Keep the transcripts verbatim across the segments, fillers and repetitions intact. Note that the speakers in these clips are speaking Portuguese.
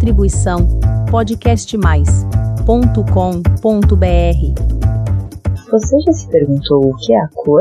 Distribuição podcast mais ponto com ponto b r. Você já se perguntou o que é a cor?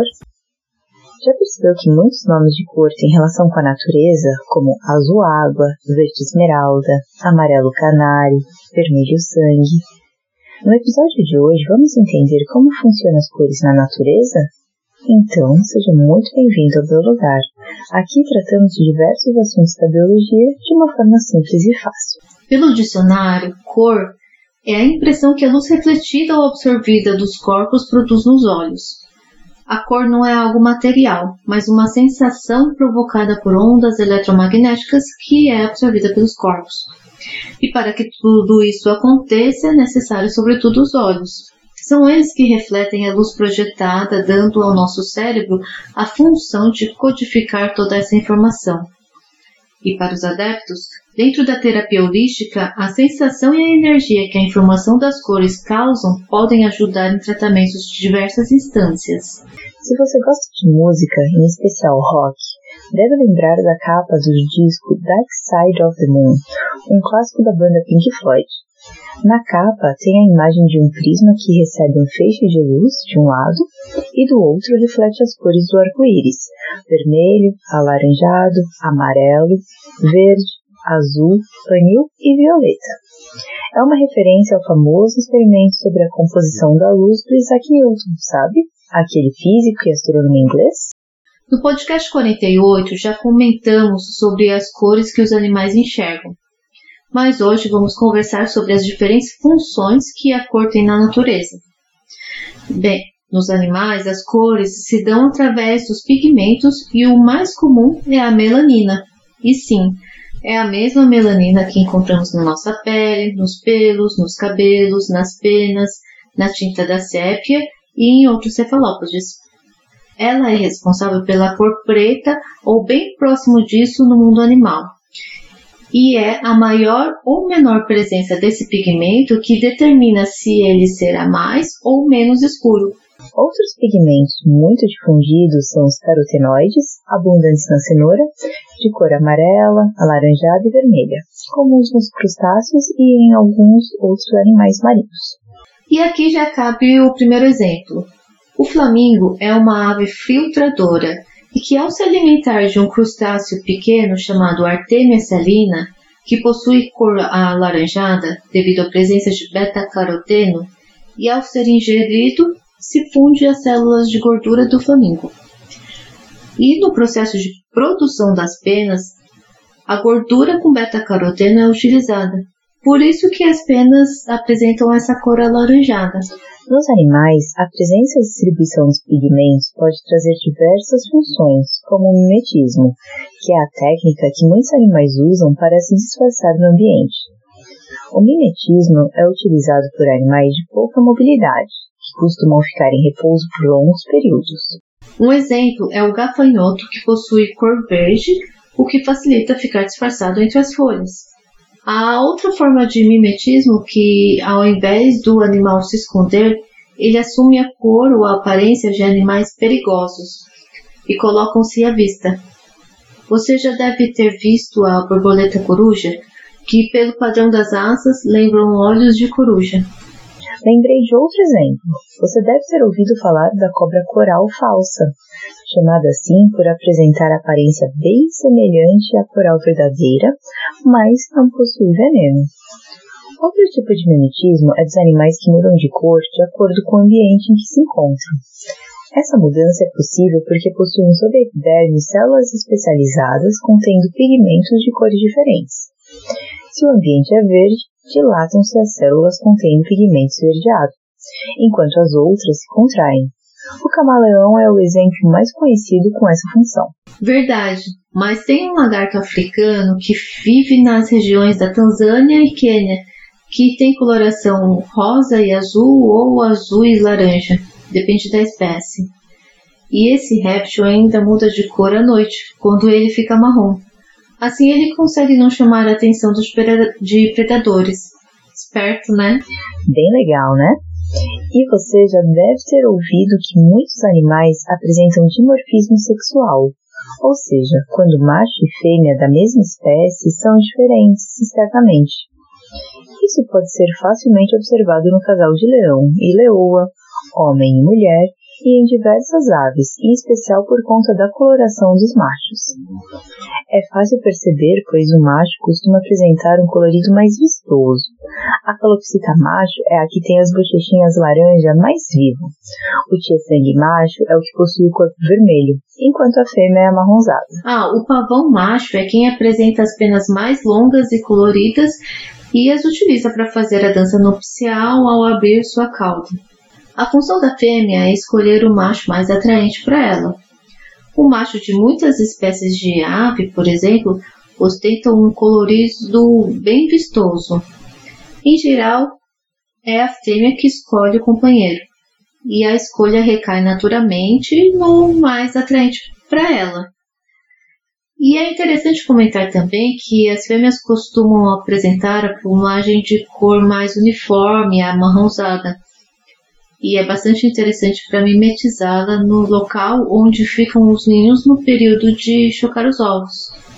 Já percebeu que muitos nomes de cor têm relação com a natureza, como azul água, verde esmeralda, amarelo canário, vermelho sangue? No episódio de hoje vamos entender como funcionam as cores na natureza? Então, seja muito bem-vindo ao meu lugar. Aqui tratamos de diversos assuntos da biologia de uma forma simples e fácil. Pelo dicionário, cor é a impressão que a luz refletida ou absorvida dos corpos produz nos olhos. A cor não é algo material, mas uma sensação provocada por ondas eletromagnéticas que é absorvida pelos corpos. E para que tudo isso aconteça, é necessário, sobretudo, os olhos. São eles que refletem a luz projetada, dando ao nosso cérebro a função de codificar toda essa informação. E para os adeptos, dentro da terapia holística, a sensação e a energia que a informação das cores causam podem ajudar em tratamentos de diversas instâncias. Se você gosta de música, em especial rock, deve lembrar da capa do disco Dark Side of the Moon, um clássico da banda Pink Floyd. Na capa tem a imagem de um prisma que recebe um feixe de luz de um lado e do outro reflete as cores do arco-íris: vermelho, alaranjado, amarelo, verde, azul, anil e violeta. É uma referência ao famoso experimento sobre a composição da luz do Isaac Newton, sabe? Aquele físico e astrônomo inglês? No podcast quarenta e oito já comentamos sobre as cores que os animais enxergam. Mas hoje vamos conversar sobre as diferentes funções que a cor tem na natureza. Bem, nos animais as cores se dão através dos pigmentos e o mais comum é a melanina. E sim, é a mesma melanina que encontramos na nossa pele, nos pelos, nos cabelos, nas penas, na tinta da sépia e em outros cefalópodes. Ela é responsável pela cor preta ou bem próximo disso no mundo animal. E é a maior ou menor presença desse pigmento que determina se ele será mais ou menos escuro. Outros pigmentos muito difundidos são os carotenoides, abundantes na cenoura, de cor amarela, alaranjada e vermelha, comuns nos crustáceos e em alguns outros animais marinhos. E aqui já cabe o primeiro exemplo. O flamingo é uma ave filtradora, e que ao se alimentar de um crustáceo pequeno chamado Artemia salina, que possui cor alaranjada devido à presença de beta-caroteno, e ao ser ingerido, se funde às células de gordura do flamingo. E no processo de produção das penas, a gordura com beta-caroteno é utilizada. Por isso que as penas apresentam essa cor alaranjada. Nos animais, a presença e distribuição dos pigmentos pode trazer diversas funções, como o mimetismo, que é a técnica que muitos animais usam para se disfarçar no ambiente. O mimetismo é utilizado por animais de pouca mobilidade, que costumam ficar em repouso por longos períodos. Um exemplo é o gafanhoto, que possui cor verde, o que facilita ficar disfarçado entre as folhas. A outra forma de mimetismo que, ao invés do animal se esconder, ele assume a cor ou a aparência de animais perigosos e colocam-se à vista. Você já deve ter visto a borboleta coruja, que pelo padrão das asas lembram olhos de coruja. Lembrei de outro exemplo. Você deve ter ouvido falar da cobra coral falsa, chamada assim por apresentar aparência bem semelhante à coral verdadeira, mas não possui veneno. Outro tipo de mimetismo é dos animais que mudam de cor de acordo com o ambiente em que se encontram. Essa mudança é possível porque possuem sob a epiderme células especializadas contendo pigmentos de cores diferentes. Se o ambiente é verde, dilatam-se as células contendo pigmento esverdeado, enquanto as outras se contraem. O camaleão é o exemplo mais conhecido com essa função. Verdade, mas tem um lagarto africano que vive nas regiões da Tanzânia e Quênia, que tem coloração rosa e azul ou azul e laranja, depende da espécie. E esse réptil ainda muda de cor à noite, quando ele fica marrom. Assim ele consegue não chamar a atenção dos de predadores. Esperto, né? Bem legal, né? E você já deve ter ouvido que muitos animais apresentam dimorfismo sexual, ou seja, quando macho e fêmea da mesma espécie são diferentes externamente, Isso pode ser facilmente observado no casal de leão e leoa, homem e mulher, e em diversas aves, em especial por conta da coloração dos machos. É fácil perceber, pois o macho costuma apresentar um colorido mais vistoso. A calopsita macho é a que tem as bochechinhas laranja mais vivo. O tia-sangue macho é o que possui o corpo vermelho, enquanto a fêmea é amarronzada. Ah, o pavão macho é quem apresenta as penas mais longas e coloridas e as utiliza para fazer a dança nupcial ao abrir sua cauda. A função da fêmea é escolher o macho mais atraente para ela. O macho de muitas espécies de ave, por exemplo, ostenta um colorido bem vistoso. Em geral, é a fêmea que escolhe o companheiro, e a escolha recai naturalmente no mais atraente para ela. E é interessante comentar também que as fêmeas costumam apresentar a plumagem de cor mais uniforme, amarronzada. E é bastante interessante para mimetizá-la no local onde ficam os ninhos no período de chocar os ovos.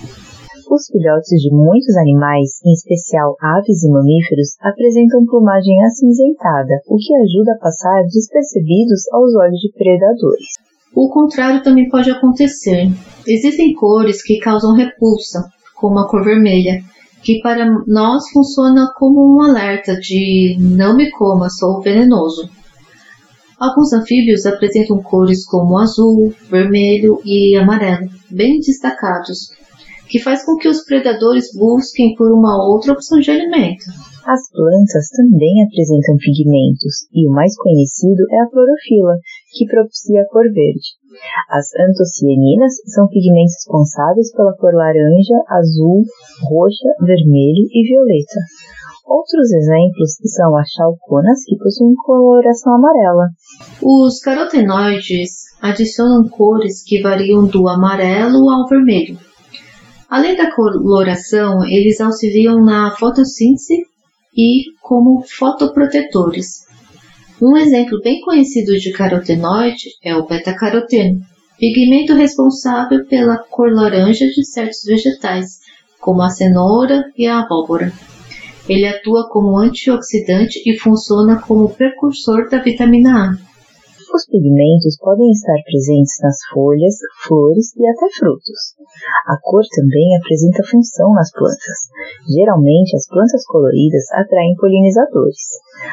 Os filhotes de muitos animais, em especial aves e mamíferos, apresentam plumagem acinzentada, o que ajuda a passar despercebidos aos olhos de predadores. O contrário também pode acontecer. Existem cores que causam repulsa, como a cor vermelha, que para nós funciona como um alerta de não me coma, sou venenoso. Alguns anfíbios apresentam cores como azul, vermelho e amarelo, bem destacados, que faz com que os predadores busquem por uma outra opção de alimento. As plantas também apresentam pigmentos, e o mais conhecido é a clorofila, que propicia a cor verde. As antocianinas são pigmentos responsáveis pela cor laranja, azul, roxa, vermelho e violeta. Outros exemplos são as chalconas, que possuem coloração amarela. Os carotenoides adicionam cores que variam do amarelo ao vermelho. Além da coloração, eles auxiliam na fotossíntese e como fotoprotetores. Um exemplo bem conhecido de carotenoide é o beta-caroteno, pigmento responsável pela cor laranja de certos vegetais, como a cenoura e a abóbora. Ele atua como antioxidante e funciona como precursor da vitamina A. Os pigmentos podem estar presentes nas folhas, flores e até frutos. A cor também apresenta função nas plantas. Geralmente, as plantas coloridas atraem polinizadores.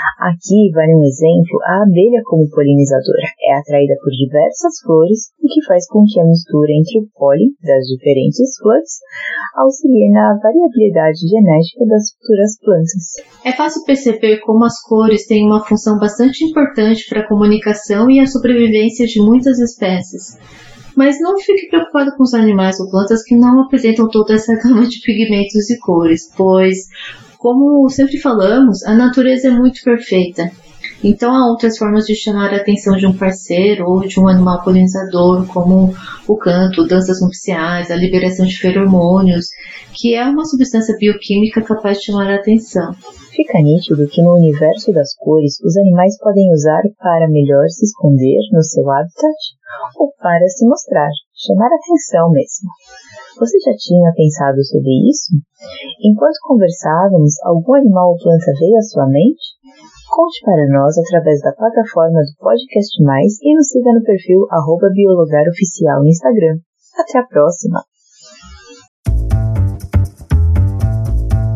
Aqui vale um exemplo: a abelha como polinizadora é atraída por diversas flores, o que faz com que a mistura entre o pólen das diferentes flores auxilie na variabilidade genética das futuras plantas. É fácil perceber como as cores têm uma função bastante importante para a comunicação e a sobrevivência de muitas espécies. Mas não fique preocupado com os animais ou plantas que não apresentam toda essa gama de pigmentos e cores, pois, como sempre falamos, a natureza é muito perfeita. Então há outras formas de chamar a atenção de um parceiro ou de um animal polinizador, como o canto, danças nupciais, a liberação de feromônios, que é uma substância bioquímica capaz de chamar a atenção. Fica nítido que no universo das cores, os animais podem usar para melhor se esconder no seu habitat ou para se mostrar, chamar a atenção mesmo. Você já tinha pensado sobre isso? Enquanto conversávamos, algum animal ou planta veio à sua mente? Conte para nós através da plataforma do Podcast Mais e nos siga no perfil arroba biologaroficial no Instagram. Até a próxima!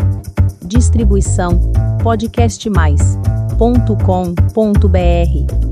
Distribuição podcast mais ponto com ponto br